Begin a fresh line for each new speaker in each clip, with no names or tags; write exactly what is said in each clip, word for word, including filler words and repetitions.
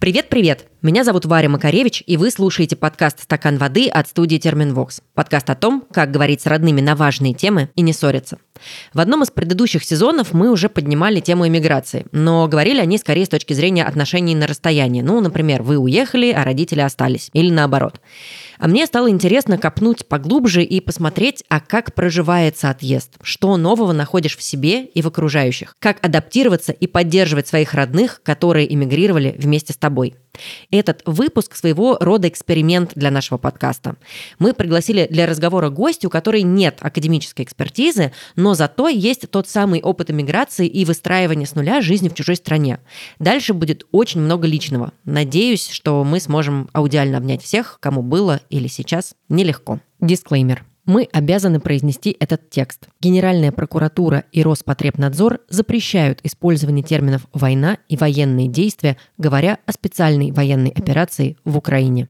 Привет-привет! Меня зовут Варя Макаревич, и вы слушаете подкаст «Стакан воды» от студии Терминвокс. Подкаст о том, как говорить с родными на важные темы и не ссориться. В одном из предыдущих сезонов мы уже поднимали тему иммиграции, но говорили они скорее с точки зрения отношений на расстоянии. Ну, например, вы уехали, а родители остались. Или наоборот. А мне стало интересно копнуть поглубже и посмотреть, а как проживается отъезд, что нового находишь в себе и в окружающих, как адаптироваться и поддерживать своих родных, которые эмигрировали вместе с тобой. Этот выпуск своего рода эксперимент для нашего подкаста. Мы пригласили для разговора гостя, у которой нет академической экспертизы, но зато есть тот самый опыт эмиграции и выстраивания с нуля жизни в чужой стране. Дальше будет очень много личного. Надеюсь, что мы сможем аудиально обнять всех, кому было или сейчас нелегко. Дисклеймер. Мы обязаны произнести этот текст. Генеральная прокуратура и Роспотребнадзор запрещают использование терминов «война» и «военные действия», говоря о специальной военной операции в Украине.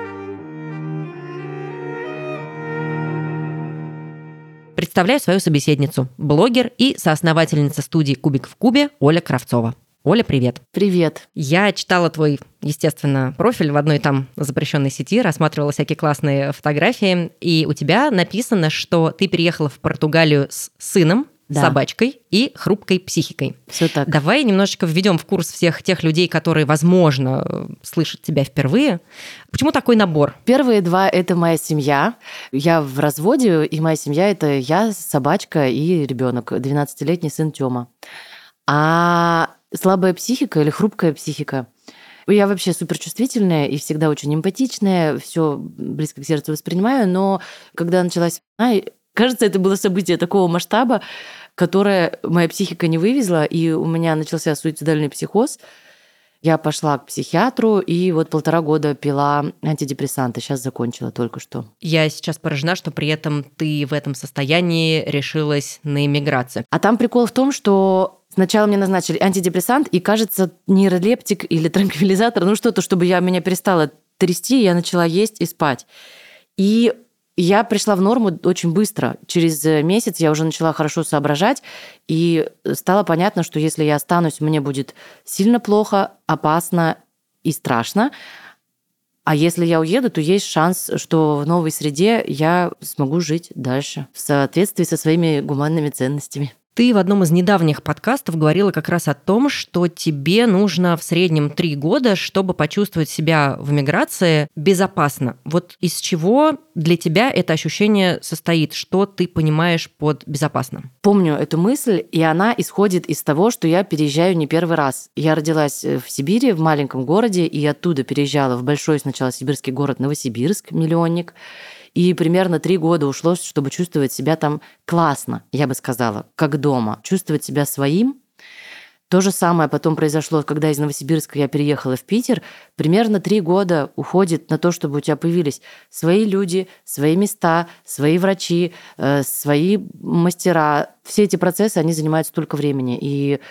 Представляю свою собеседницу, блогер и соосновательница студии «Кубик в кубе» Оля Кравцова. Оля, привет.
Привет.
Я читала твой, естественно, профиль в одной там запрещенной сети, рассматривала всякие классные фотографии, и у тебя написано, что ты переехала в Португалию с сыном,
да.
собачкой и хрупкой психикой.
Все так.
Давай немножечко введем в курс всех тех людей, которые, возможно, слышат тебя впервые. Почему такой набор?
Первые два – это моя семья. Я в разводе, и моя семья – это я, собачка и ребенок, двенадцатилетний сын Тёма. А слабая психика или хрупкая психика. Я вообще суперчувствительная и всегда очень эмпатичная, все близко к сердцу воспринимаю, но когда началась война, кажется, это было событие такого масштаба, которое моя психика не вывезла, и у меня начался суицидальный психоз. Я пошла к психиатру, и вот полтора года пила антидепрессанты. Сейчас закончила только что.
Я сейчас поражена, что при этом ты в этом состоянии решилась на эмиграцию.
А там прикол в том, что сначала мне назначили антидепрессант, и, кажется, нейролептик или транквилизатор, ну что-то, чтобы я меня перестала трясти, я начала есть и спать. И я пришла в норму очень быстро. Через месяц я уже начала хорошо соображать, и стало понятно, что если я останусь, мне будет сильно плохо, опасно и страшно. А если я уеду, то есть шанс, что в новой среде я смогу жить дальше в соответствии со своими гуманными ценностями.
Ты в одном из недавних подкастов говорила как раз о том, что тебе нужно в среднем три года, чтобы почувствовать себя в эмиграции безопасно. Вот из чего для тебя это ощущение состоит? Что ты понимаешь под безопасно?
Помню эту мысль, и она исходит из того, что я переезжаю не первый раз. Я родилась в Сибири, в маленьком городе, и оттуда переезжала в большой сначала сибирский город Новосибирск, миллионник. И примерно три года ушло, чтобы чувствовать себя там классно, я бы сказала, как дома. Чувствовать себя своим. То же самое потом произошло, когда из Новосибирска я переехала в Питер. Примерно три года уходит на то, чтобы у тебя появились свои люди, свои места, свои врачи, свои мастера. Все эти процессы, они занимают столько времени. И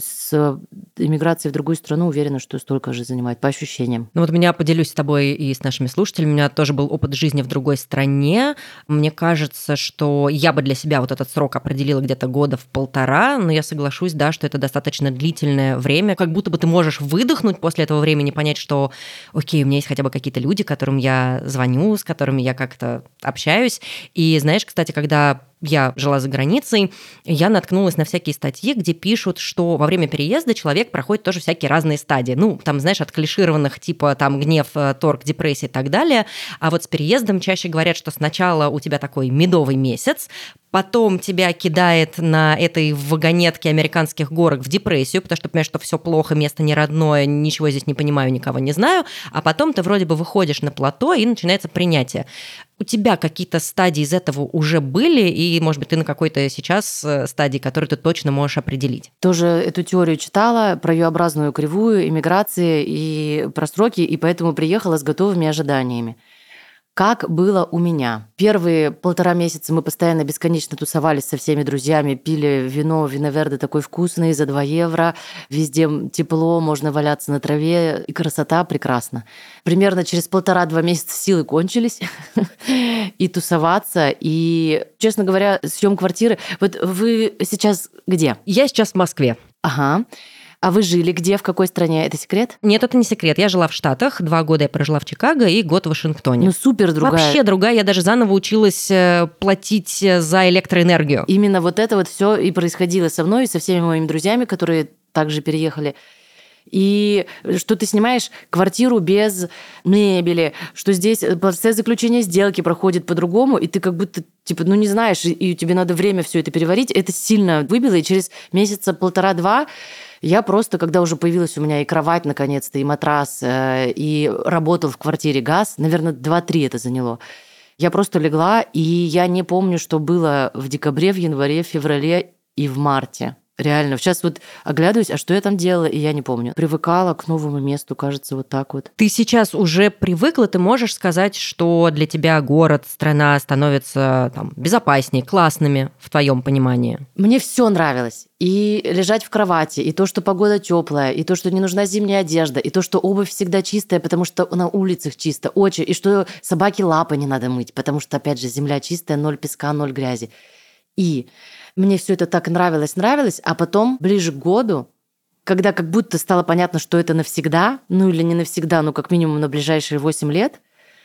с эмиграцией в другую страну уверена, что столько же занимает, по ощущениям.
Ну вот меня поделюсь с тобой и с нашими слушателями. У меня тоже был опыт жизни в другой стране. Мне кажется, что я бы для себя вот этот срок определила где-то года в полтора, но я соглашусь, да, что это достаточно длительное время. Как будто бы ты можешь выдохнуть после этого времени, понять, что окей, у меня есть хотя бы какие-то люди, которым я звоню, с которыми я как-то общаюсь. И знаешь, кстати, когда я жила за границей, я наткнулась на всякие статьи, где пишут, что во время переезда человек проходит тоже всякие разные стадии. Ну, там, знаешь, от клишированных, типа там гнев, торг, депрессия и так далее. А вот с переездом чаще говорят, что сначала у тебя такой медовый месяц, потом тебя кидает на этой вагонетке американских горок в депрессию, потому что ты понимаешь, что все плохо, место не родное, ничего здесь не понимаю, никого не знаю, а потом ты вроде бы выходишь на плато, и начинается принятие. У тебя какие-то стадии из этого уже были, и, может быть, ты на какой-то сейчас стадии, которую ты точно можешь определить?
Тоже эту теорию читала про ю-образную кривую иммиграции и про сроки, и поэтому приехала с готовыми ожиданиями. Как было у меня? Первые полтора месяца мы постоянно бесконечно тусовались со всеми друзьями, пили вино, виноверды такой вкусный за два евро, везде тепло, можно валяться на траве, и красота прекрасна. Примерно через полтора-два месяца силы кончились, и тусоваться, и, честно говоря, съем квартиры. Вот вы сейчас где?
Я сейчас в Москве.
Ага. А вы жили где, в какой стране? Это секрет?
Нет, это не секрет. Я жила в Штатах, два года я прожила в Чикаго и год в Вашингтоне.
Ну, супер другая.
Вообще другая. Я даже заново училась платить за электроэнергию.
Именно вот это вот все и происходило со мной и со всеми моими друзьями, которые также переехали. И что ты снимаешь квартиру без мебели, что здесь процесс заключения сделки проходит по-другому, и ты как будто, типа, ну не знаешь, и тебе надо время все это переварить. Это сильно выбило, и через месяца полтора-два я просто, когда уже появилась у меня и кровать, наконец-то, и матрас, и работал в квартире газ, наверное, два-три это заняло, я просто легла, и я не помню, что было в декабре, в январе, в феврале и в марте. Реально. Сейчас вот оглядываюсь, а что я там делала, и я не помню. Привыкала к новому месту, кажется, вот так вот.
Ты сейчас уже привыкла, ты можешь сказать, что для тебя город, страна становятся там, безопаснее, классными в твоем понимании?
Мне все нравилось. И лежать в кровати, и то, что погода теплая, и то, что не нужна зимняя одежда, и то, что обувь всегда чистая, потому что на улицах чисто, очень, и что собаке лапы не надо мыть, потому что, опять же, земля чистая, ноль песка, ноль грязи. И мне все это так нравилось, нравилось, а потом, ближе к году, когда как будто стало понятно, что это навсегда, ну или не навсегда, но как минимум на ближайшие восемь лет,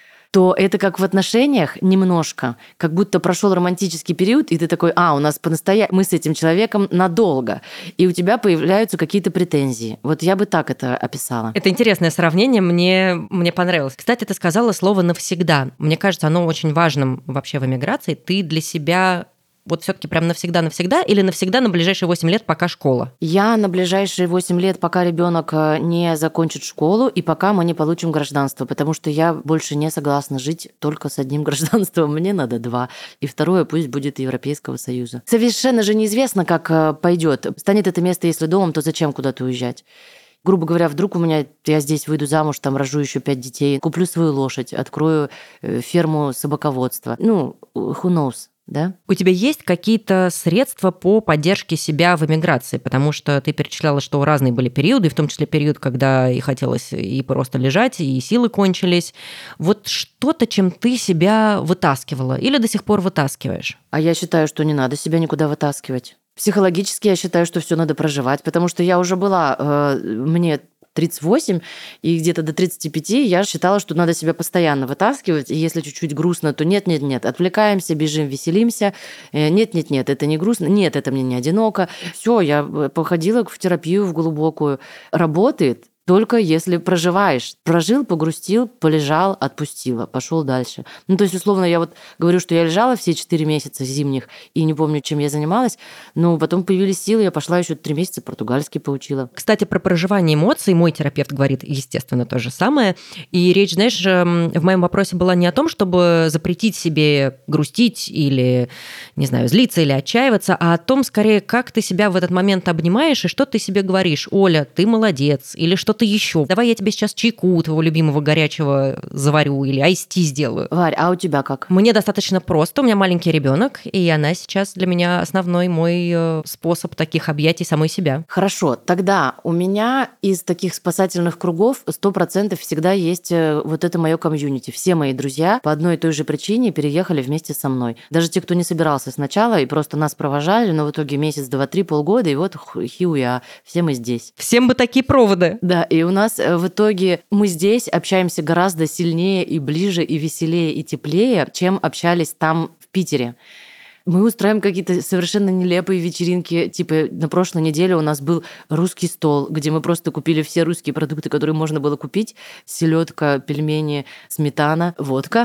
то это как в отношениях немножко, как будто прошел романтический период, и ты такой, а, у нас по-настоящему, мы с этим человеком надолго, и у тебя появляются какие-то претензии. Вот я бы так это описала.
Это интересное сравнение, мне, мне понравилось. Кстати, ты сказала слово «навсегда». Мне кажется, оно очень важным вообще в эмиграции. Ты для себя... Вот все-таки прям навсегда-навсегда или навсегда на ближайшие восемь лет, пока школа?
Я на ближайшие восемь лет, пока ребенок не закончит школу и пока мы не получим гражданство, потому что я больше не согласна жить только с одним гражданством. Мне надо два. И второе пусть будет Европейского Союза. Совершенно же неизвестно, как пойдет. Станет это место, если домом, то зачем куда-то уезжать? Грубо говоря, вдруг у меня, я здесь выйду замуж, там рожу еще пять детей, куплю свою лошадь, открою ферму собаководства. Ну, who knows? Да?
У тебя есть какие-то средства по поддержке себя в эмиграции? Потому что ты перечисляла, что разные были периоды, в том числе период, когда и хотелось и просто лежать, и силы кончились. Вот что-то, чем ты себя вытаскивала или до сих пор вытаскиваешь?
А я считаю, что не надо себя никуда вытаскивать. Психологически я считаю, что все надо проживать, потому что я уже была, э, мне тридцать восемь, и где-то до тридцати пяти я считала, что надо себя постоянно вытаскивать, и если чуть-чуть грустно, то нет-нет-нет, отвлекаемся, бежим, веселимся, нет-нет-нет, это не грустно, нет, это мне не одиноко. Все, я походила в терапию в глубокую. Работает только если проживаешь. Прожил, погрустил, полежал, отпустила, пошел дальше. Ну, то есть, условно, я вот говорю, что я лежала все четыре месяца зимних и не помню, чем я занималась, но потом появились силы, я пошла еще три месяца португальский поучила.
Кстати, про проживание эмоций мой терапевт говорит, естественно, то же самое. И речь, знаешь, в моем вопросе была не о том, чтобы запретить себе грустить или, не знаю, злиться или отчаиваться, а о том, скорее, как ты себя в этот момент обнимаешь и что ты себе говоришь. Оля, ты молодец. Или что что-то еще. Давай я тебе сейчас чайку твоего любимого горячего заварю или айсти сделаю.
Варь, а у тебя как?
Мне достаточно просто. У меня маленький ребенок, и она сейчас для меня основной мой способ таких объятий самой себя.
Хорошо, тогда у меня из таких спасательных кругов сто процентов всегда есть вот это мое комьюнити. Все мои друзья по одной и той же причине переехали вместе со мной. Даже те, кто не собирался сначала и просто нас провожали, но в итоге месяц, два, три, полгода, и вот хиуя, все мы здесь.
Всем бы такие проводы.
Да, и у нас в итоге мы здесь общаемся гораздо сильнее и ближе, и веселее, и теплее, чем общались там в Питере. Мы устраиваем какие-то совершенно нелепые вечеринки. Типа на прошлой неделе у нас был русский стол, где мы просто купили все русские продукты, которые можно было купить. Селедка, пельмени, сметана, водка.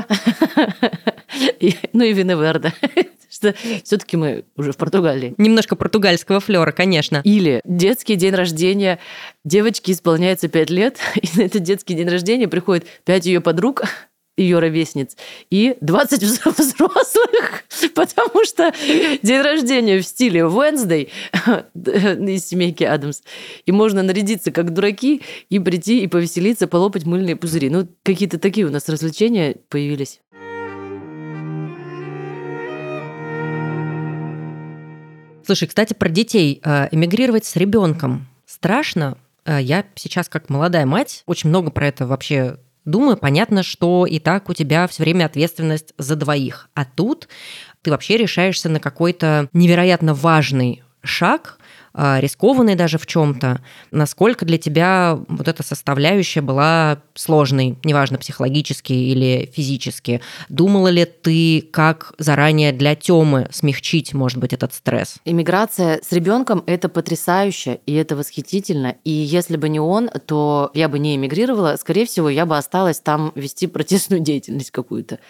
Ну и виневерда. Что все-таки мы уже в Португалии.
Немножко португальского флера, конечно.
Или детский день рождения. Девочке исполняется пять лет, и на этот детский день рождения приходит пять ее подруг, ее ровесниц, и двадцать взрослых, потому что день рождения в стиле Wednesday из семейки Адамс. И можно нарядиться как дураки и прийти и повеселиться, полопать мыльные пузыри. Ну, какие-то такие у нас развлечения появились.
Слушай, кстати, про детей. Эмигрировать с ребенком страшно. Я сейчас, как молодая мать, очень много про это вообще думаю. Понятно, что и так у тебя все время ответственность за двоих. А тут ты вообще решаешься на какой-то невероятно важный шаг, рискованной даже в чем-то. Насколько для тебя вот эта составляющая была сложной, неважно, психологически или физически? Думала ли ты, как заранее для Тёмы смягчить, может быть, этот стресс?
Иммиграция с ребенком это потрясающе, и это восхитительно. И если бы не он, то я бы не эмигрировала. Скорее всего, я бы осталась там вести протестную деятельность какую-то.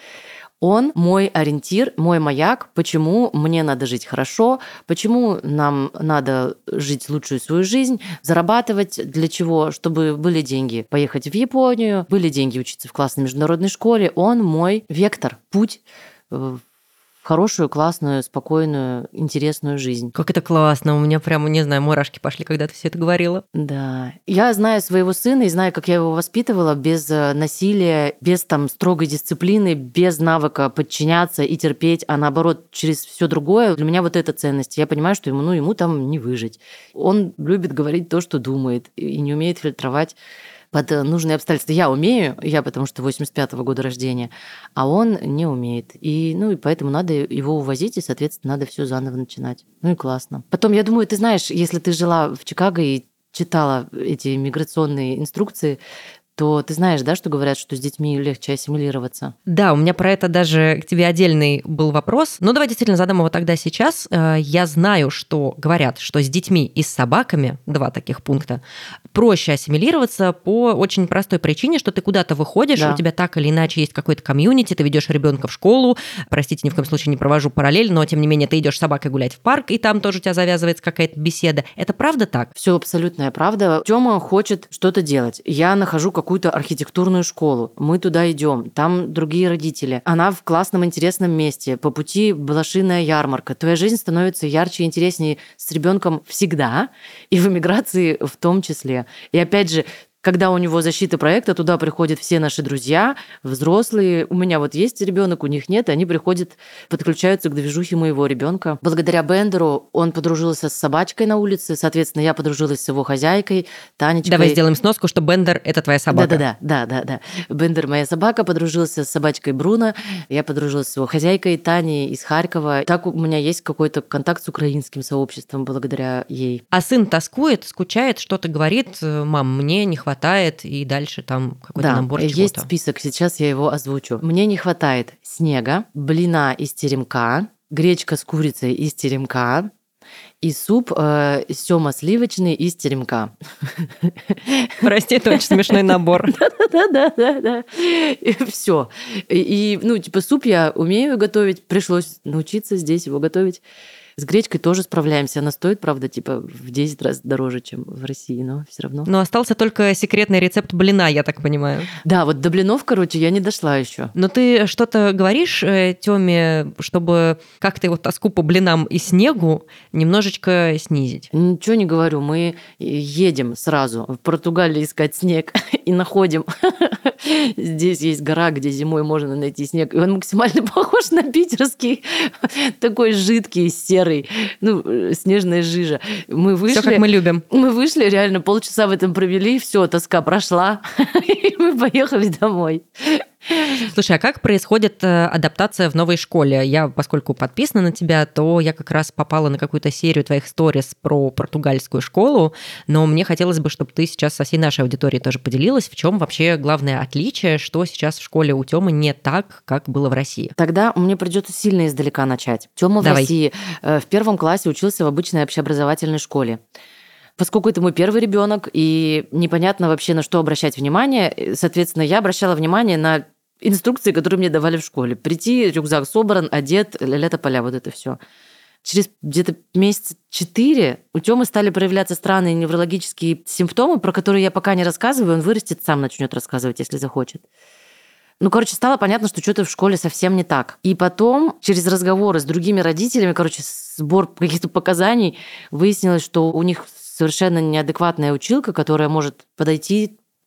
Он мой ориентир, мой маяк, почему мне надо жить хорошо, почему нам надо жить лучшую свою жизнь, зарабатывать для чего, чтобы были деньги поехать в Японию, были деньги учиться в классной международной школе. Он мой вектор, путь в хорошую, классную, спокойную, интересную жизнь.
Как это классно. У меня прямо, не знаю, мурашки пошли, когда ты все это говорила.
Да. Я знаю своего сына и знаю, как я его воспитывала без насилия, без там строгой дисциплины, без навыка подчиняться и терпеть, а наоборот, через все другое. Для меня вот эта ценность. Я понимаю, что ему, ну, ему там не выжить. Он любит говорить то, что думает, и не умеет фильтровать под нужные обстоятельства. Я умею, я потому что восемьдесят пятого года рождения, а он не умеет. И, ну, и поэтому надо его увозить, и, соответственно, надо все заново начинать. Ну и классно. Потом, я думаю, ты знаешь, если ты жила в Чикаго и читала эти миграционные инструкции, то ты знаешь, да, что говорят, что с детьми легче ассимилироваться?
Да, у меня про это даже к тебе отдельный был вопрос. Но давай действительно задам его тогда сейчас. Я знаю, что говорят, что с детьми и с собаками, два таких пункта, проще ассимилироваться по очень простой причине, что ты куда-то выходишь, да. У тебя так или иначе есть какой-то комьюнити, ты ведешь ребенка в школу, простите, ни в коем случае не провожу параллель, но тем не менее ты идешь с собакой гулять в парк, и там тоже у тебя завязывается какая-то беседа. Это правда так?
Все абсолютная правда. Тёма хочет что-то делать. Я нахожу какую-то архитектурную школу. Мы туда идем. Там другие родители. Она в классном, интересном месте. По пути блошиная ярмарка. Твоя жизнь становится ярче и интереснее с ребенком всегда, и в эмиграции в том числе. И опять же, когда у него защита проекта, туда приходят все наши друзья, взрослые. У меня вот есть ребенок, у них нет, они приходят, подключаются к движухе моего ребенка. Благодаря Бендеру он подружился с собачкой на улице, соответственно, я подружилась с его хозяйкой, Танечкой.
Давай сделаем сноску, что Бендер – это твоя собака.
Да-да-да, да-да-да. Бендер – моя собака, подружился с собачкой Бруно, я подружилась с его хозяйкой Таней из Харькова. Так у меня есть какой-то контакт с украинским сообществом благодаря ей.
А сын тоскует, скучает, что-то говорит: мам, мне не хватает. хватает, и дальше там какой-то
да,
набор чего-то.
Есть список, сейчас я его озвучу. Мне не хватает снега, блина из теремка, гречка с курицей из теремка и суп э, сёма сливочный из теремка.
Прости, это очень смешной набор.
Да-да-да. Все. И, ну, типа, суп я умею готовить, пришлось научиться здесь его готовить. С гречкой тоже справляемся. Она стоит, правда, типа в десять раз дороже, чем в России, но все равно.
Но остался только секретный рецепт блина, я так понимаю.
Да, вот до блинов, короче, я не дошла еще.
Но ты что-то говоришь Тёме, чтобы как-то его тоску по блинам и снегу немножечко снизить?
Ничего не говорю. Мы едем сразу в Португалию искать снег и находим. Здесь есть гора, где зимой можно найти снег. И он максимально похож на питерский, такой жидкий, серый. Ну, снежная жижа. Мы вышли.
Все как мы любим.
Мы вышли, реально полчаса в этом провели, все, тоска прошла, и мы поехали домой.
Слушай, а как происходит адаптация в новой школе? Я, поскольку подписана на тебя, то я как раз попала на какую-то серию твоих сторис про португальскую школу, но мне хотелось бы, чтобы ты сейчас со всей нашей аудиторией тоже поделилась, в чем вообще главное отличие, что сейчас в школе у Тёмы не так, как было в России.
Тогда мне придется сильно издалека начать. Тёма в
Давай.
России в первом классе учился в обычной общеобразовательной школе. Поскольку это мой первый ребенок, и непонятно вообще, на что обращать внимание, соответственно, я обращала внимание на инструкции, которые мне давали в школе. Прийти, рюкзак собран, одет, ля-ля тополя, вот это все. Через где-то месяца четыре у Тёмы стали проявляться странные неврологические симптомы, про которые я пока не рассказываю, он вырастет, сам начнет рассказывать, если захочет. Ну, короче, стало понятно, что что-то в школе совсем не так. И потом, через разговоры с другими родителями, короче, сбор каких-то показаний, выяснилось, что у них совершенно неадекватная училка, которая может подойти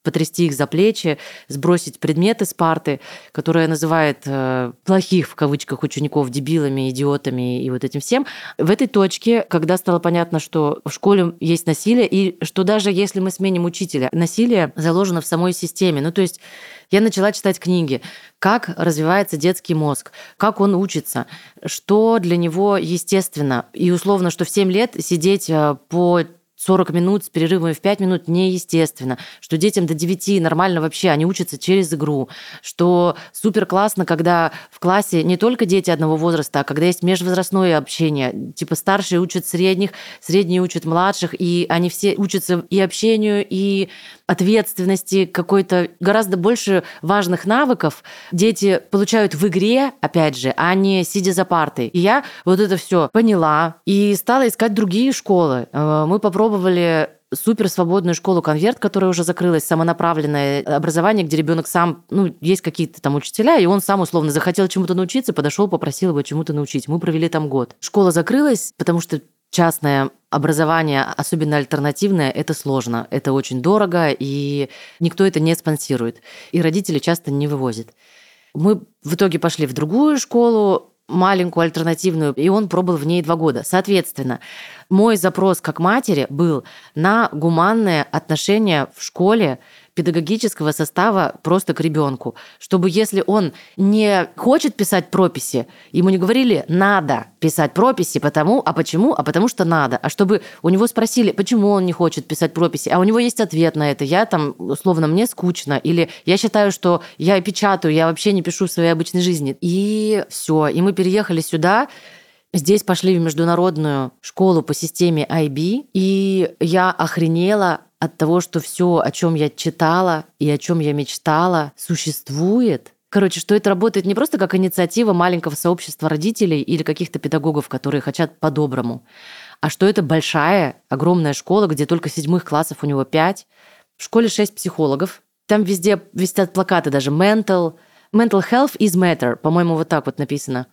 потрясти их за плечи, сбросить предметы с парты, которые называют э, плохих, в кавычках, учеников дебилами, идиотами и вот этим всем. В этой точке, когда стало понятно, что в школе есть насилие, и что даже если мы сменим учителя, насилие заложено в самой системе. Ну, то есть я начала читать книги, как развивается детский мозг, как он учится, что для него естественно. И условно, что в семь лет сидеть по сорок минут с перерывами в пять минут неестественно, что детям до девяти нормально вообще, они учатся через игру, что супер классно, когда в классе не только дети одного возраста, а когда есть межвозрастное общение, типа старшие учат средних, средние учат младших, и они все учатся и общению, и ответственности, какой-то гораздо больше важных навыков дети получают в игре, опять же, а не сидя за партой. И я вот это все поняла и стала искать другие школы. Мы попробовали суперсвободную школу «Конверт», которая уже закрылась, самонаправленное образование, где ребенок сам, ну, есть какие-то там учителя, и он сам условно захотел чему-то научиться, подошел, попросил его чему-то научить. Мы провели там год. Школа закрылась, потому что частное образование, особенно альтернативное, это сложно, это очень дорого, и никто это не спонсирует. И родители часто не вывозят. Мы в итоге пошли в другую школу, маленькую, альтернативную, и он пробыл в ней два года. Соответственно, мой запрос как матери был на гуманное отношение в школе педагогического состава просто к ребенку, чтобы если он не хочет писать прописи, ему не говорили «надо писать прописи, потому, а почему, а потому что надо», а чтобы у него спросили, почему он не хочет писать прописи, а у него есть ответ на это, я там, условно, мне скучно, или я считаю, что я печатаю, я вообще не пишу в своей обычной жизни. И все, и мы переехали сюда. Здесь пошли в международную школу по системе ай би, и я охренела от того, что все, о чем я читала и о чем я мечтала, существует. Короче, что это работает не просто как инициатива маленького сообщества родителей или каких-то педагогов, которые хотят по-доброму, а что это большая, огромная школа, где только седьмых классов у него пять. В школе шесть психологов. Там везде висят плакаты даже «mental», «mental health is matter», по-моему, вот так вот написано.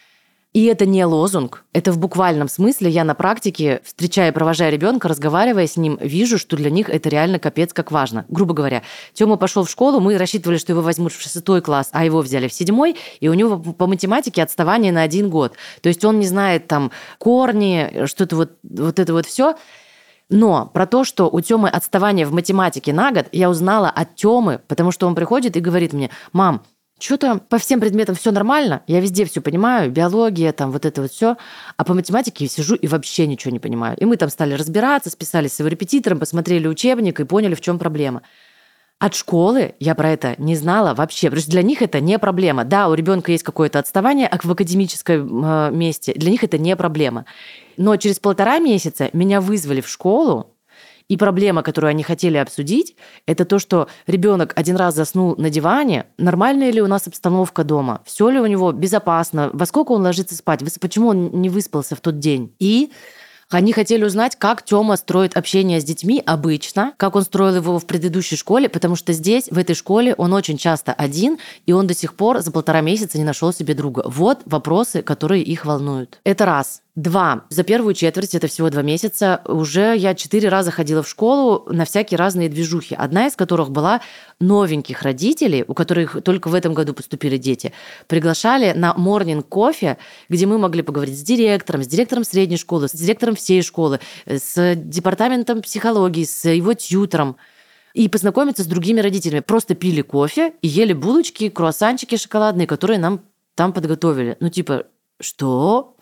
И это не лозунг, это в буквальном смысле. Я на практике, встречая и провожая ребенка, разговаривая с ним, вижу, что для них это реально капец как важно. Грубо говоря, Тёма пошел в школу, мы рассчитывали, что его возьмут в шестой класс, а его взяли в седьмой, и у него по математике отставание на один год. То есть он не знает там корни, что-то вот, вот это вот все. Но про то, что у Тёмы отставание в математике на год, я узнала от Тёмы, потому что он приходит и говорит мне: «Мам, что-то по всем предметам все нормально, я везде все понимаю, биология, там вот это вот все, а по математике сижу и вообще ничего не понимаю». И мы там стали разбираться, списались с его репетитором, посмотрели учебник и поняли, в чем проблема. От школы я про это не знала вообще, потому что для них это не проблема. Да, у ребенка есть какое-то отставание, а в академическом месте для них это не проблема. Но через полтора месяца меня вызвали в школу, и проблема, которую они хотели обсудить, это то, что ребенок один раз заснул на диване, нормальная ли у нас обстановка дома, все ли у него безопасно, во сколько он ложится спать, почему он не выспался в тот день. И они хотели узнать, как Тёма строит общение с детьми обычно, как он строил его в предыдущей школе, потому что здесь, в этой школе, он очень часто один, и он до сих пор за полтора месяца не нашел себе друга. Вот вопросы, которые их волнуют. Это раз. Два. За первую четверть, это всего два месяца, уже я четыре раза ходила в школу на всякие разные движухи. Одна из которых была новеньких родителей, у которых только в этом году поступили дети, приглашали на морнинг-кофе, где мы могли поговорить с директором, с директором средней школы, с директором всей школы, с департаментом психологии, с его тьютором, и познакомиться с другими родителями. Просто пили кофе и ели булочки, круассанчики шоколадные, которые нам там подготовили. Ну типа, что?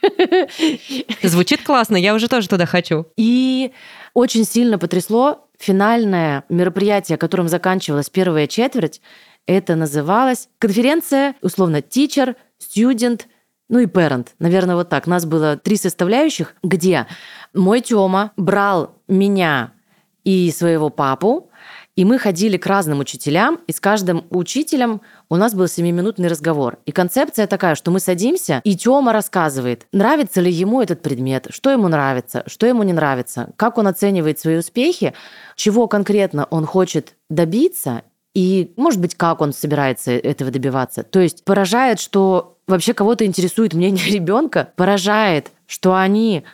Звучит классно, я уже тоже туда хочу.
И очень сильно потрясло финальное мероприятие, которым заканчивалась первая четверть. Это называлась конференция, условно, teacher, student, ну и parent. Наверное, вот так. Нас было три составляющих, где мой Тёма брал меня и своего папу, и мы ходили к разным учителям, и с каждым учителем у нас был семиминутный разговор. И концепция такая, что мы садимся, и Тёма рассказывает, нравится ли ему этот предмет, что ему нравится, что ему не нравится, как он оценивает свои успехи, чего конкретно он хочет добиться, и, может быть, как он собирается этого добиваться. То есть поражает, что вообще кого-то интересует мнение ребенка, поражает, что они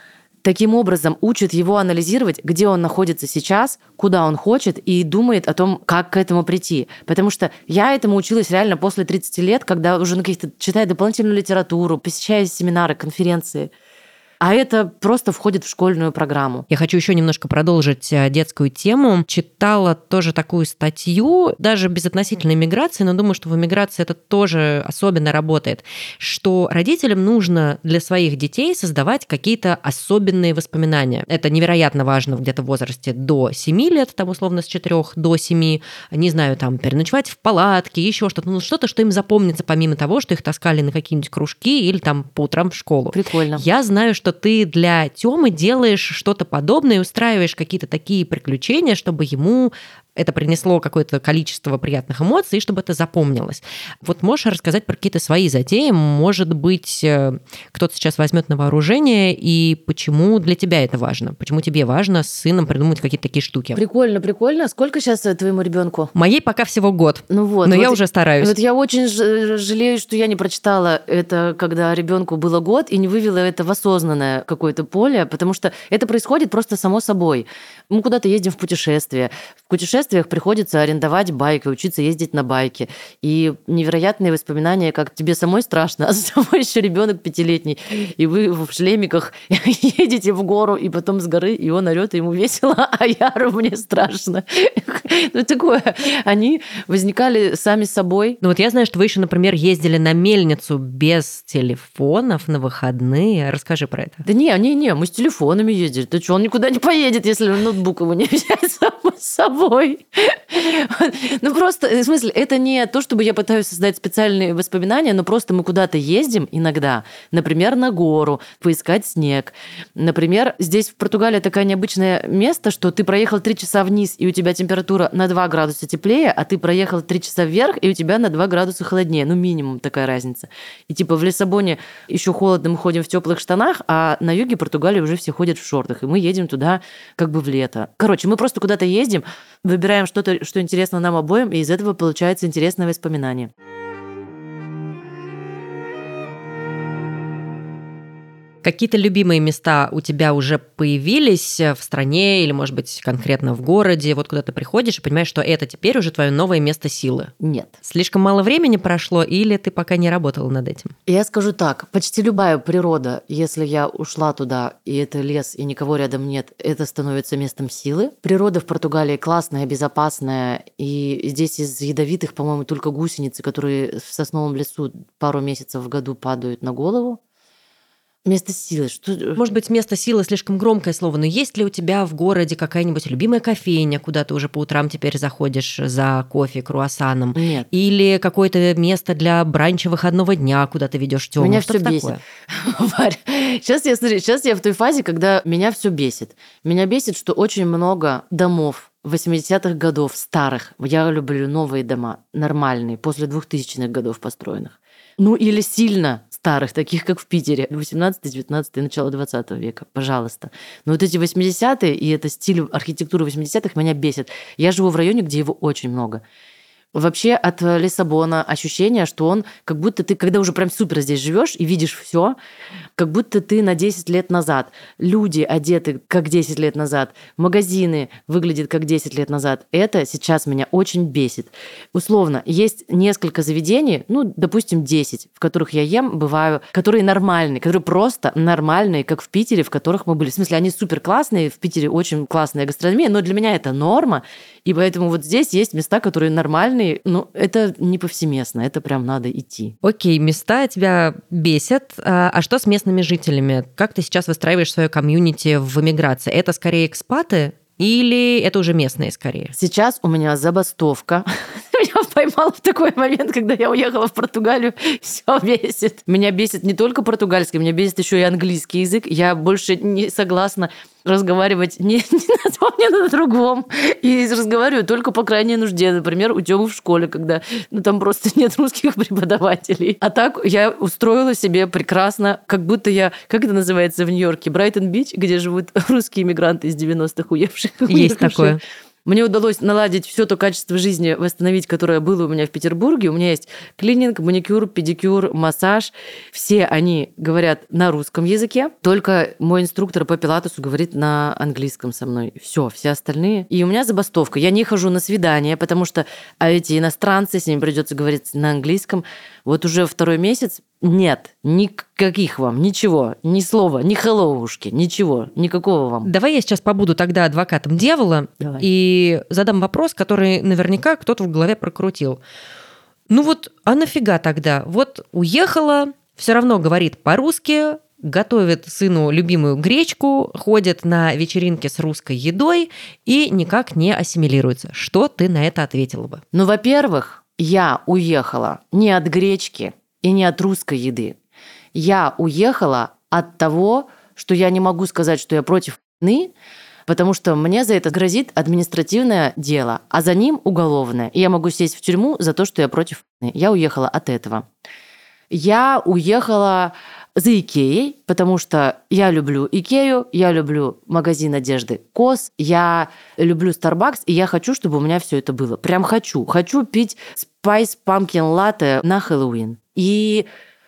таким образом учит его анализировать, где он находится сейчас, куда он хочет, и думает о том, как к этому прийти. Потому что я этому училась реально после тридцати лет, когда уже на каких-то читаю дополнительную литературу, посещаю семинары, конференции. А это просто входит в школьную программу.
Я хочу еще немножко продолжить детскую тему. Читала тоже такую статью, даже без относительной миграции, но думаю, что в эмиграции это тоже особенно работает, что родителям нужно для своих детей создавать какие-то особенные воспоминания. Это невероятно важно где-то в возрасте до семи лет, там условно с четырёх до семи, не знаю, там переночевать в палатке, еще что-то, ну что-то, что им запомнится, помимо того, что их таскали на какие-нибудь кружки или там по утрам в школу.
Прикольно.
Я знаю, что ты для Тёмы делаешь что-то подобное и устраиваешь какие-то такие приключения, чтобы ему это принесло какое-то количество приятных эмоций, и чтобы это запомнилось. Вот можешь рассказать про какие-то свои затеи? Может быть, кто-то сейчас возьмет на вооружение, и почему для тебя это важно? Почему тебе важно с сыном придумать какие-то такие штуки?
Прикольно, прикольно. Сколько сейчас твоему ребенку?
Моей пока всего год.
Ну вот,
но
вот
я уже стараюсь.
Вот я очень жалею, что я не прочитала это, когда ребенку было год, и не вывела это в осознанное какое-то поле, потому что это происходит просто само собой. Мы куда-то едем в путешествие. В путешествиях приходится арендовать байк и учиться ездить на байке. И невероятные воспоминания, как тебе самой страшно, а за тобой еще ребенок пятилетний, и вы в шлемиках едете в гору, и потом с горы, и он орет, и ему весело, а Яру мне страшно. Ну, такое. Они возникали сами собой.
Ну вот я знаю, что вы еще, например, ездили на мельницу без телефонов на выходные. Расскажи про это.
Да не, не, не, мы с телефонами ездили. Ты что, он никуда не поедет, если ноутбук его не взять с собой. Ну просто, в смысле, это не то, чтобы я пытаюсь создать специальные воспоминания, но просто мы куда-то ездим иногда, например, на гору, поискать снег. Например, здесь в Португалии такое необычное место, что ты проехал три часа вниз, и у тебя температура на два градуса теплее, а ты проехал три часа вверх, и у тебя на два градуса холоднее. Ну, минимум такая разница. И типа в Лиссабоне еще холодно, мы ходим в теплых штанах, а на юге Португалии уже все ходят в шортах, и мы едем туда как бы в лето. Короче, мы просто куда-то ездим, выбираем что-то, что интересно нам обоим, и из этого получается интересное воспоминание.
Какие-то любимые места у тебя уже появились в стране или, может быть, конкретно в городе? Вот куда ты приходишь и понимаешь, что это теперь уже твое новое место силы?
Нет.
Слишком мало времени прошло или ты пока не работала над этим?
Я скажу так, почти любая природа, если я ушла туда, и это лес, и никого рядом нет, это становится местом силы. Природа в Португалии классная, безопасная, и здесь из ядовитых, по-моему, только гусеницы, которые в сосновом лесу пару месяцев в году падают на голову. Место силы. Что...
Может быть, место силы слишком громкое слово, но есть ли у тебя в городе какая-нибудь любимая кофейня, куда ты уже по утрам теперь заходишь за кофе, круассаном?
Нет.
Или какое-то место для бранча выходного дня, куда ты ведешь Тёму?
Меня
Что-то
все бесит.
такое?
Варь, сейчас я, смотри, сейчас я в той фазе, когда меня все бесит. Меня бесит, что очень много домов восьмидесятых годов, старых. Я люблю новые дома, нормальные, после двухтысячных годов построенных. Ну или сильно старых, таких как в Питере, восемнадцатый, девятнадцатый, начало двадцатого века, пожалуйста. Но вот эти восьмидесятые и это стиль архитектуры восьмидесятых меня бесит. Я живу в районе, где его очень много. Вообще от Лиссабона ощущение, что он как будто ты, когда уже прям супер здесь живешь и видишь все, как будто ты на десять лет назад. Люди одеты как десять лет назад, магазины выглядят как десять лет назад. Это сейчас меня очень бесит. Условно, есть несколько заведений, ну, допустим, десять, в которых я ем, бываю, которые нормальные, которые просто нормальные, как в Питере, в которых мы были. В смысле, они супер классные, в Питере очень классная гастрономия, но для меня это норма, и поэтому вот здесь есть места, которые нормальные. Ну, это не повсеместно, это прям надо идти.
Окей, места тебя бесят. А что с местными жителями? Как ты сейчас выстраиваешь свое комьюнити в эмиграции? Это скорее экспаты или это уже местные скорее?
Сейчас у меня забастовка. Меня поймала в такой момент, когда я уехала в Португалию, все бесит. Меня бесит не только португальский, меня бесит еще и английский язык. Я больше не согласна разговаривать не, не на том, не на другом. И разговариваю только по крайней нужде. Например, у Тёмы в школе, когда ну, там просто нет русских преподавателей. А так я устроила себе прекрасно, как будто я, как это называется в Нью-Йорке, Брайтон-Бич, где живут русские иммигранты из девяностых уехавших.
Есть такое.
Мне удалось наладить все то качество жизни, восстановить, которое было у меня в Петербурге. У меня есть клининг, маникюр, педикюр, массаж. Все они говорят на русском языке. Только мой инструктор по пилатесу говорит на английском со мной. Все, все остальные. И у меня забастовка. Я не хожу на свидания, потому что а эти иностранцы, с ними придется говорить на английском. Вот уже второй месяц нет, никаких вам, ничего, ни слова, ни хэллоушки, ничего, никакого вам.
Давай я сейчас побуду тогда адвокатом дьявола.
Давай.
И задам вопрос, который наверняка кто-то в голове прокрутил. Ну вот, а нафига тогда? Вот уехала, все равно говорит по-русски, готовит сыну любимую гречку, ходит на вечеринки с русской едой и никак не ассимилируется. Что ты на это ответила бы?
Ну, во-первых, я уехала не от гречки и не от русской еды. Я уехала от того, что я не могу сказать, что я против войны, потому что мне за это грозит административное дело, а за ним уголовное. И я могу сесть в тюрьму за то, что я против войны. Я уехала от этого. Я уехала за Икеей, потому что я люблю Икею, я люблю магазин одежды Кос, я люблю Starbucks, и я хочу, чтобы у меня все это было. Прям хочу. Хочу пить Spice Pumpkin Latte на Хэллоуин. И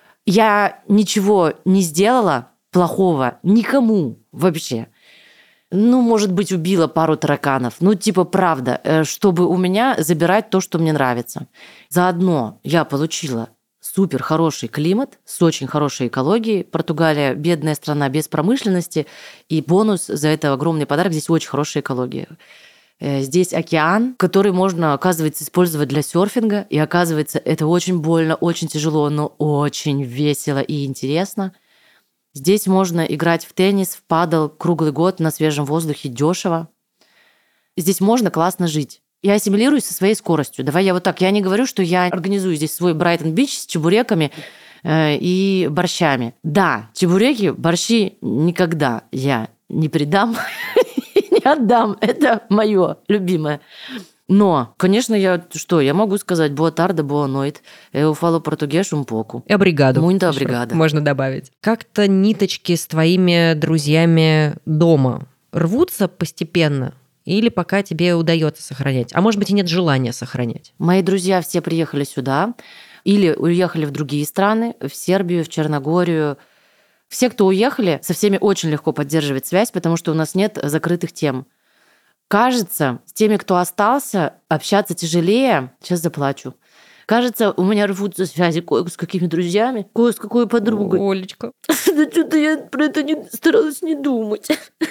я ничего не сделала плохого никому вообще. Ну, может быть, убила пару тараканов. Ну, типа, правда, чтобы у меня забирать то, что мне нравится. Заодно я получила супер хороший климат с очень хорошей экологией. Португалия – бедная страна без промышленности. И бонус за это огромный подарок. Здесь очень хорошая экология. Здесь океан, который можно, оказывается, использовать для серфинга. И оказывается, это очень больно, очень тяжело, но очень весело и интересно. Здесь можно играть в теннис, в падл круглый год на свежем воздухе, дешево. Здесь можно классно жить. Я ассимилируюсь со своей скоростью. Давай я вот так. Я не говорю, что я организую здесь свой Брайтон-Бич с чебуреками э, и борщами. Да, чебуреки, борщи никогда я не предам, не отдам. Это мое любимое. Но, конечно, я что, я могу сказать boa tarde, boa noite, eu falo português um pouco.
И обригаду.
Muito obrigada.
Можно добавить. Как-то ниточки с твоими друзьями дома рвутся постепенно? Или пока тебе удается сохранять? А может быть, и нет желания сохранять?
Мои друзья все приехали сюда или уехали в другие страны, в Сербию, в Черногорию. Все, кто уехали, со всеми очень легко поддерживать связь, потому что у нас нет закрытых тем. Кажется, с теми, кто остался, общаться тяжелее. Сейчас заплачу. Кажется, у меня рвутся связи кое с какими друзьями, кое с какой подругой.
Олечка.
Да что-то я про это не старалась не думать.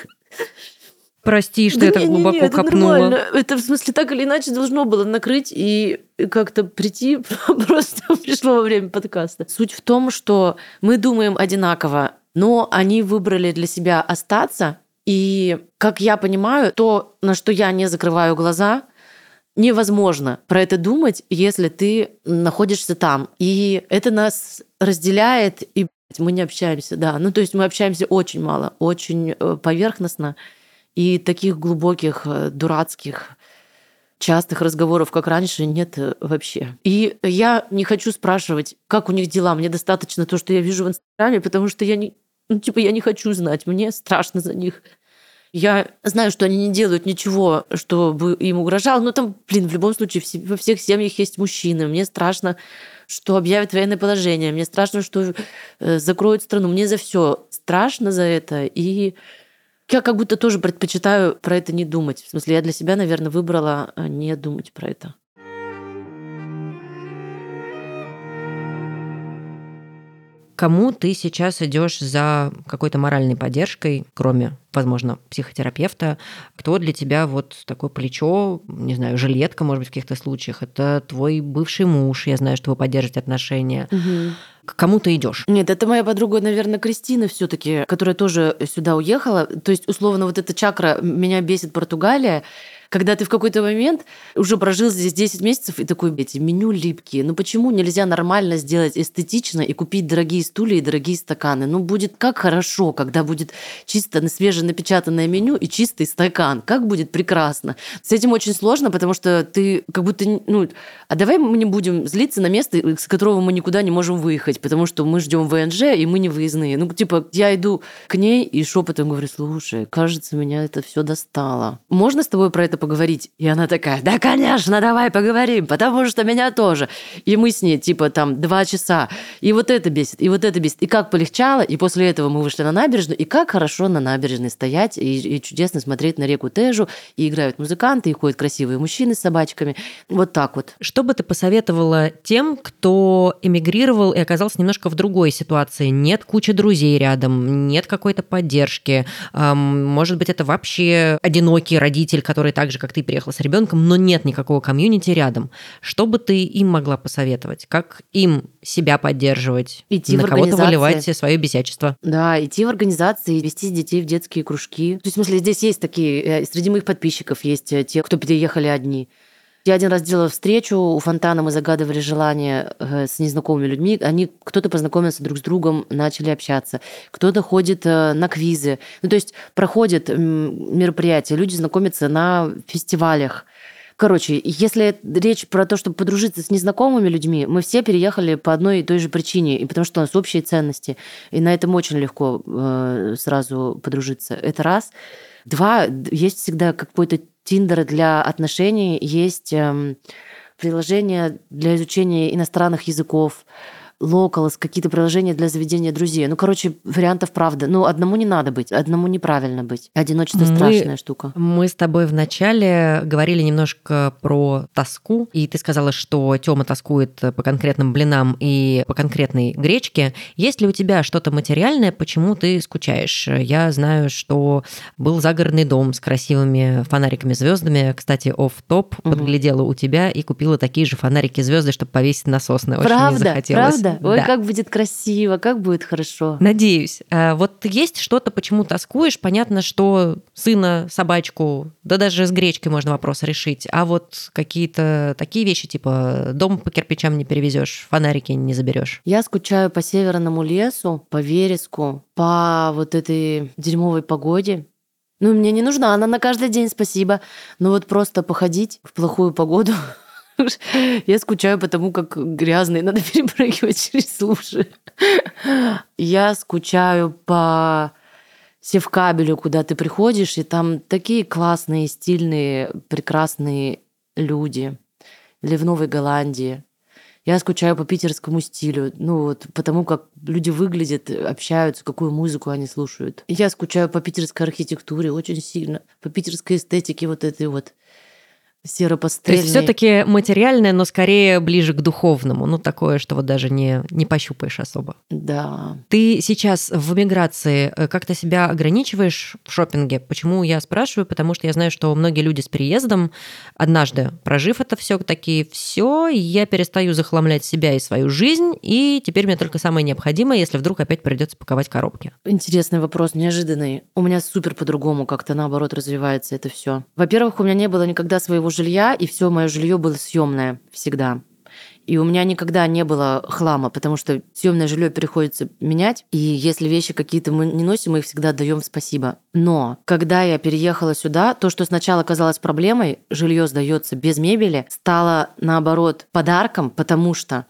Прости, что
да
я так
не,
глубоко
не, не, это
копнула.
Нормально. Это, в смысле, так или иначе должно было накрыть и как-то прийти, просто пришло во время подкаста. Суть в том, что мы думаем одинаково, но они выбрали для себя остаться, и, как я понимаю, то, на что я не закрываю глаза, невозможно про это думать, если ты находишься там. И это нас разделяет, и мы не общаемся, да. Ну, то есть мы общаемся очень мало, очень поверхностно. И таких глубоких, дурацких, частых разговоров, как раньше, нет вообще. И я не хочу спрашивать, как у них дела. Мне достаточно то, что я вижу в Инстаграме, потому что я не, ну, типа, я не хочу знать. Мне страшно за них. Я знаю, что они не делают ничего, чтобы им угрожало. Но там, блин, в любом случае, во всех семьях есть мужчины. Мне страшно, что объявят военное положение. Мне страшно, что закроют страну. Мне за все страшно за это. И я как будто тоже предпочитаю про это не думать. В смысле, я для себя, наверное, выбрала не думать про это.
Кому ты сейчас идешь за какой-то моральной поддержкой, кроме, возможно, психотерапевта? Кто для тебя вот такое плечо, не знаю, жилетка, может быть, в каких-то случаях? Это твой бывший муж, я знаю, что вы поддерживаете отношения.
Угу.
К кому ты идешь?
Нет, это моя подруга, наверное, Кристина все-таки, которая тоже сюда уехала. То есть, условно, вот эта чакра меня бесит Португалия. Когда ты в какой-то момент уже прожил здесь десять месяцев и такой, эти меню липкие. Ну почему нельзя нормально сделать эстетично и купить дорогие стулья и дорогие стаканы? Ну будет как хорошо, когда будет чисто свеженапечатанное меню и чистый стакан. Как будет прекрасно. С этим очень сложно, потому что ты как будто... Ну, а давай мы не будем злиться на место, с которого мы никуда не можем выехать, потому что мы ждем ВНЖ, и мы не выездные. Ну типа я иду к ней и шепотом говорю, слушай, кажется, меня это все достало. Можно с тобой про это поговорить. И она такая, да, конечно, давай поговорим, потому что меня тоже. И мы с ней, типа, там, два часа. И вот это бесит, и вот это бесит. И как полегчало, и после этого мы вышли на набережную, и как хорошо на набережной стоять, и, и чудесно смотреть на реку Тежу, и играют музыканты, и ходят красивые мужчины с собачками. Вот так вот.
Что бы ты посоветовала тем, кто эмигрировал и оказался немножко в другой ситуации? Нет кучи друзей рядом, нет какой-то поддержки. Может быть, это вообще одинокий родитель, который так же, как ты, приехал с ребенком, но нет никакого комьюнити рядом. Что бы ты им могла посоветовать? Как им себя поддерживать?
Идти
на
в
кого-то
организации.
выливать свое бесячество?
Да, идти в организации, вести детей в детские кружки. То есть, в смысле, здесь есть такие, среди моих подписчиков есть те, кто переехали одни. Я один раз делала встречу у фонтана, мы загадывали желание с незнакомыми людьми. Они, кто-то познакомился друг с другом, начали общаться. Кто-то ходит на квизы. Ну, то есть проходят мероприятия, люди знакомятся на фестивалях. Короче, если речь про то, чтобы подружиться с незнакомыми людьми, мы все переехали по одной и той же причине, и потому что у нас общие ценности. И на этом очень легко э, сразу подружиться. Это раз. Два, есть всегда какой-то Тиндер для отношений, есть эм, приложения для изучения иностранных языков, Locals, какие-то приложения для заведения друзей. Ну, короче, вариантов правда. Ну, одному не надо быть, одному неправильно быть. Одиночество мы, страшная штука.
Мы с тобой вначале говорили немножко про тоску, и ты сказала, что Тёма тоскует по конкретным блинам и по конкретной гречке. Есть ли у тебя что-то материальное, почему ты скучаешь? Я знаю, что был загородный дом с красивыми фонариками-звездами. Кстати, офф-топ, угу. подглядела у тебя и купила такие же фонарики-звезды, чтобы повесить на сосны. Очень
правда?
мне захотелось.
Правда? Ой,
да.
как будет красиво, как будет хорошо.
Надеюсь. Вот есть что-то, почему тоскуешь? Понятно, что сына, собачку, да даже с гречкой можно вопрос решить. А вот какие-то такие вещи, типа дом по кирпичам не перевезешь, фонарики не заберешь.
Я скучаю по северному лесу, по вереску, по вот этой дерьмовой погоде. Ну, мне не нужна она на каждый день, спасибо. Но вот просто походить в плохую погоду... Я скучаю по тому, как грязно, и надо перепрыгивать через лужи. Я скучаю по севкабелю, куда ты приходишь, и там такие классные, стильные, прекрасные люди. Или в Новой Голландии. Я скучаю по питерскому стилю, ну вот, потому как люди выглядят, общаются, какую музыку они слушают. Я скучаю по питерской архитектуре очень сильно, по питерской эстетике вот этой вот. Серо-пастельный.
То есть все-таки материальное, но скорее ближе к духовному. Ну, такое, что вот даже не, не пощупаешь особо.
Да.
Ты сейчас в эмиграции как-то себя ограничиваешь в шопинге? Почему я спрашиваю? Потому что я знаю, что многие люди с переездом, однажды прожив это все, такие, все, я перестаю захламлять себя и свою жизнь, и теперь мне только самое необходимое, если вдруг опять придется паковать коробки.
Интересный вопрос, неожиданный. У меня супер по-другому как-то наоборот развивается это все. Во-первых, у меня не было никогда своего жилья, и все мое жилье было съемное всегда. И у меня никогда не было хлама, потому что съемное жилье приходится менять, и если вещи какие-то мы не носим, мы их всегда отдаем в спасибо. Но когда я переехала сюда, то, что сначала казалось проблемой, жилье сдается без мебели, стало наоборот подарком, потому что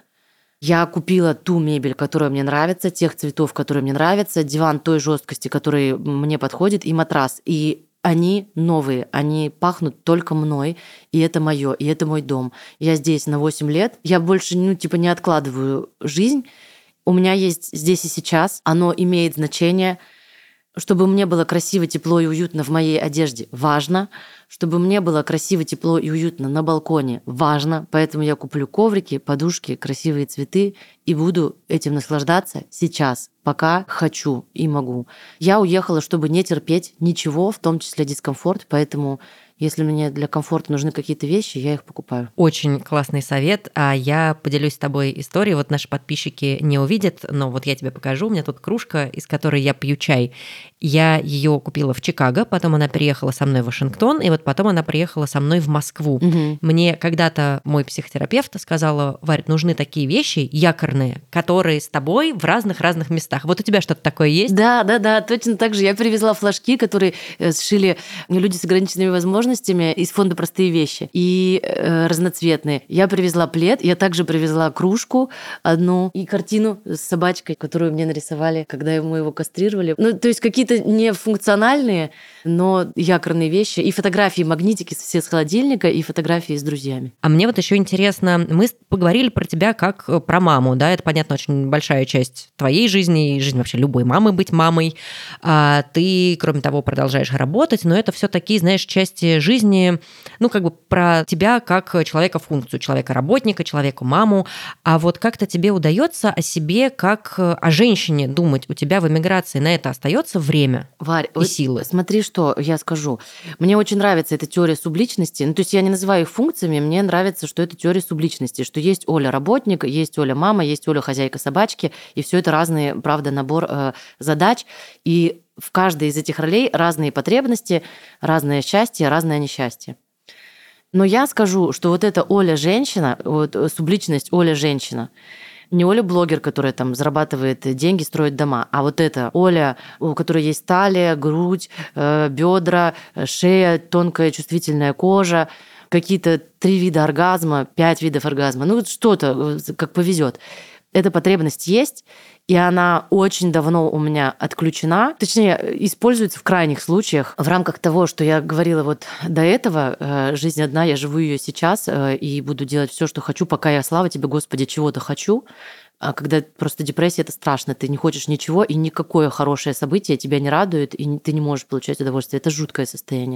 я купила ту мебель, которая мне нравится, тех цветов, которые мне нравятся, диван той жесткости, который мне подходит, и матрас. И они новые, они пахнут только мной, и это мое, и это мой дом. Я здесь на восемь лет, я больше, ну, типа, не откладываю жизнь. У меня есть здесь и сейчас, оно имеет значение. Чтобы мне было красиво, тепло и уютно в моей одежде, важно. Чтобы мне было красиво, тепло и уютно на балконе, важно. Поэтому я куплю коврики, подушки, красивые цветы и буду этим наслаждаться сейчас, пока хочу и могу. Я уехала, чтобы не терпеть ничего, в том числе дискомфорт, поэтому если мне для комфорта нужны какие-то вещи, я их покупаю.
Очень классный совет. А я поделюсь с тобой историей. Вот наши подписчики не увидят, но вот я тебе покажу. У меня тут кружка, из которой я пью чай. Я ее купила в Чикаго, потом она переехала со мной в Вашингтон, и вот потом она приехала со мной в Москву.
Угу.
Мне когда-то мой психотерапевт сказала: Варь, нужны такие вещи якорные, которые с тобой в разных-разных местах. Вот у тебя что-то такое есть?
Да, да, да, точно так же. Я привезла флажки, которые сшили люди с ограниченными возможностями, возможностями из фонда «Простые вещи» и э, разноцветные. Я привезла плед, я также привезла кружку одну и картину с собачкой, которую мне нарисовали, когда мы его кастрировали. Ну, то есть какие-то нефункциональные, но якорные вещи. И фотографии, магнитики все с холодильника, и фотографии с друзьями.
А мне вот еще интересно, мы поговорили про тебя как про маму, да, это, понятно, очень большая часть твоей жизни и жизни вообще любой мамы быть мамой. А ты, кроме того, продолжаешь работать, но это все такие, знаешь, части жизни, ну, как бы про тебя как человека-функцию, человека-работника, человека-маму. А вот как-то тебе удается о себе как о женщине думать? У тебя в эмиграции на это остается время
Варь,
и
вот
силы?
Смотри, что я скажу. Мне очень нравится эта теория субличности. Ну, то есть я не называю их функциями, мне нравится, что это теория субличности, что есть Оля работник, есть Оля мама, есть Оля хозяйка собачки, и все это разные, правда, набор э, задач. И в каждой из этих ролей разные потребности, разное счастье, разное несчастье. Но я скажу, что вот эта Оля женщина, вот субличность Оля женщина, не Оля блогер, которая там зарабатывает деньги, строит дома, а вот эта Оля, у которой есть талия, грудь, бедра, шея, тонкая чувствительная кожа, какие-то три вида оргазма, пять видов оргазма, ну вот что-то, как повезет. Эта потребность есть, и она очень давно у меня отключена. Точнее, используется в крайних случаях в рамках того, что я говорила вот до этого. Жизнь одна, я живу ее сейчас и буду делать все, что хочу, пока я, слава тебе, Господи, чего-то хочу. А когда просто депрессия, это страшно. Ты не хочешь ничего, и никакое хорошее событие тебя не радует, и ты не можешь получать удовольствие. Это жуткое состояние.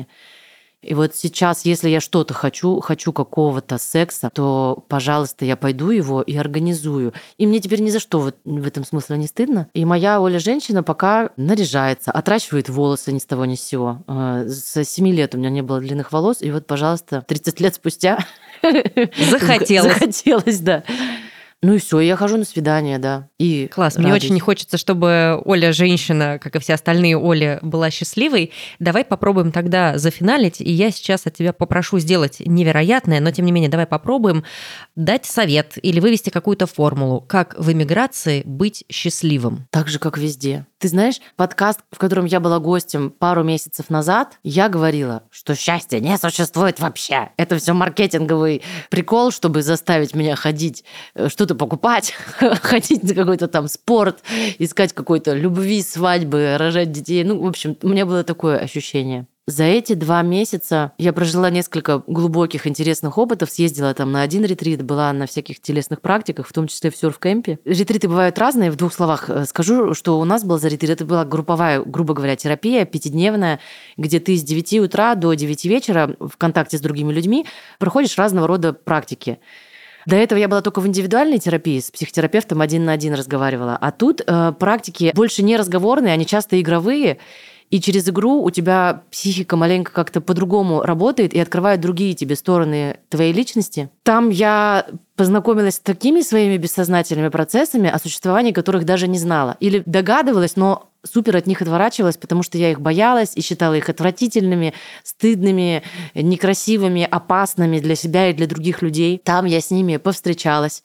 И вот сейчас, если я что-то хочу, хочу какого-то секса, то, пожалуйста, я пойду его и организую. И мне теперь ни за что в этом смысле не стыдно. И моя Оля женщина пока наряжается, отращивает волосы ни с того ни с сего. С семи лет у меня не было длинных волос, и вот, пожалуйста, тридцать лет спустя
Захотелось.
Захотелось, да. Ну и все, я хожу на свидание, да. И
Класс,
радуюсь.
мне очень хочется, чтобы Оля, женщина, как и все остальные Оли, была счастливой. Давай попробуем тогда зафиналить, и я сейчас от тебя попрошу сделать невероятное, но тем не менее давай попробуем дать совет или вывести какую-то формулу, как в эмиграции быть счастливым.
Так же, как везде. Ты знаешь, подкаст, в котором я была гостем пару месяцев назад, я говорила, что счастья не существует вообще. Это все маркетинговый прикол, чтобы заставить меня ходить, что-то покупать, ходить на какой-то там спорт, искать какой-то любви, свадьбы, рожать детей. Ну, в общем, у меня было такое ощущение. За эти два месяца я прожила несколько глубоких, интересных опытов. Съездила там на один ретрит, была на всяких телесных практиках, в том числе в серф-кемпе. Ретриты бывают разные. В двух словах скажу, что у нас был за ретрит. Это была групповая, грубо говоря, терапия, пятидневная, где ты с девяти утра до девяти вечера в контакте с другими людьми проходишь разного рода практики. До этого я была только в индивидуальной терапии, с психотерапевтом один на один разговаривала. А тут э, практики больше не разговорные, они часто игровые. И через игру у тебя психика маленько как-то по-другому работает и открывает другие тебе стороны твоей личности. Там я познакомилась с такими своими бессознательными процессами, о существовании которых даже не знала. Или догадывалась, но супер от них отворачивалась, потому что я их боялась и считала их отвратительными, стыдными, некрасивыми, опасными для себя и для других людей. Там я с ними повстречалась.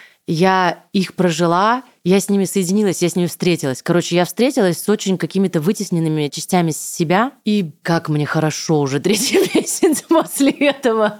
Я их прожила, я с ними соединилась, я с ними встретилась. Короче, я встретилась с очень какими-то вытесненными частями себя. И как мне хорошо уже третий месяц после этого.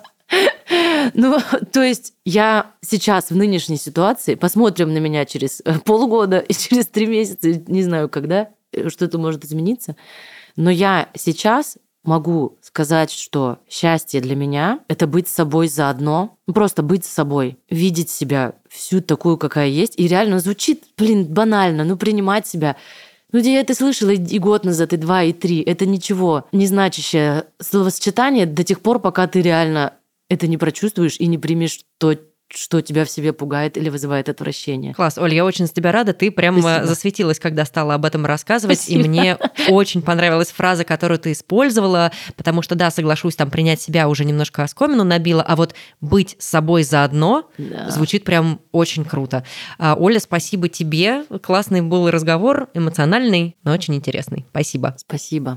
Ну, то есть я сейчас в нынешней ситуации, посмотрим на меня через полгода и через три месяца, не знаю когда, что-то может измениться, но я сейчас могу сказать, что счастье для меня — это быть с собой заодно, просто быть с собой, видеть себя всю такую, какая есть, и реально звучит, блин, банально, ну принимать себя. Ну, я это слышала и год назад, и два, и три. Это ничего не значащее словосочетание до тех пор, пока ты реально это не прочувствуешь и не примешь то, что тебя в себе пугает или вызывает отвращение.
Класс, Оль, я очень за тебя рада. Ты прям
Спасибо.
Засветилась, когда стала об этом рассказывать.
Спасибо.
И мне очень понравилась фраза, которую ты использовала, потому что, да, соглашусь, там принять себя уже немножко оскомину набила, а вот быть с собой заодно
Да.
звучит прям очень круто. А, Оля, спасибо тебе. Классный был разговор, эмоциональный, но очень интересный. Спасибо.
Спасибо.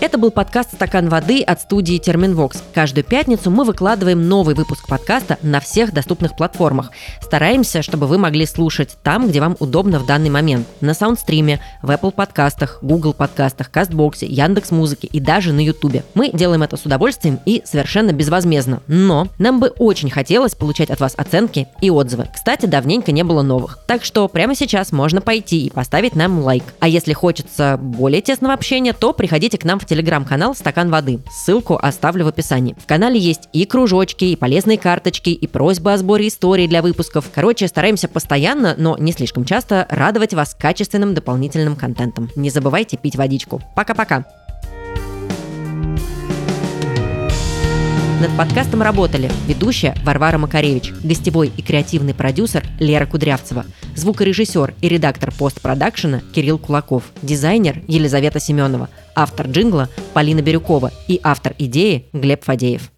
Это был подкаст «Стакан воды» от студии Терминвокс. Каждую пятницу мы выкладываем новый выпуск подкаста на всех доступных платформах. Стараемся, чтобы вы могли слушать там, где вам удобно в данный момент. На Саундстриме, в Apple подкастах, Google подкастах, Кастбоксе, Яндекс.Музыке и даже на Ютубе. Мы делаем это с удовольствием и совершенно безвозмездно. Но нам бы очень хотелось получать от вас оценки и отзывы. Кстати, давненько не было новых. Так что прямо сейчас можно пойти и поставить нам лайк. А если хочется более тесного общения, то приходите к нам в телеграм-канал «Стакан воды». Ссылку оставлю в описании. В канале есть и кружочки, и полезные карточки, и просьбы о сборе историй для выпусков. Короче, стараемся постоянно, но не слишком часто радовать вас качественным дополнительным контентом. Не забывайте пить водичку. Пока-пока! Над подкастом работали ведущая Варвара Макаревич, гостевой и креативный продюсер Лера Кудрявцева, звукорежиссер и редактор постпродакшена Кирилл Кулаков, дизайнер Елизавета Семенова, автор джингла Полина Бирюкова и автор идеи Глеб Фадеев.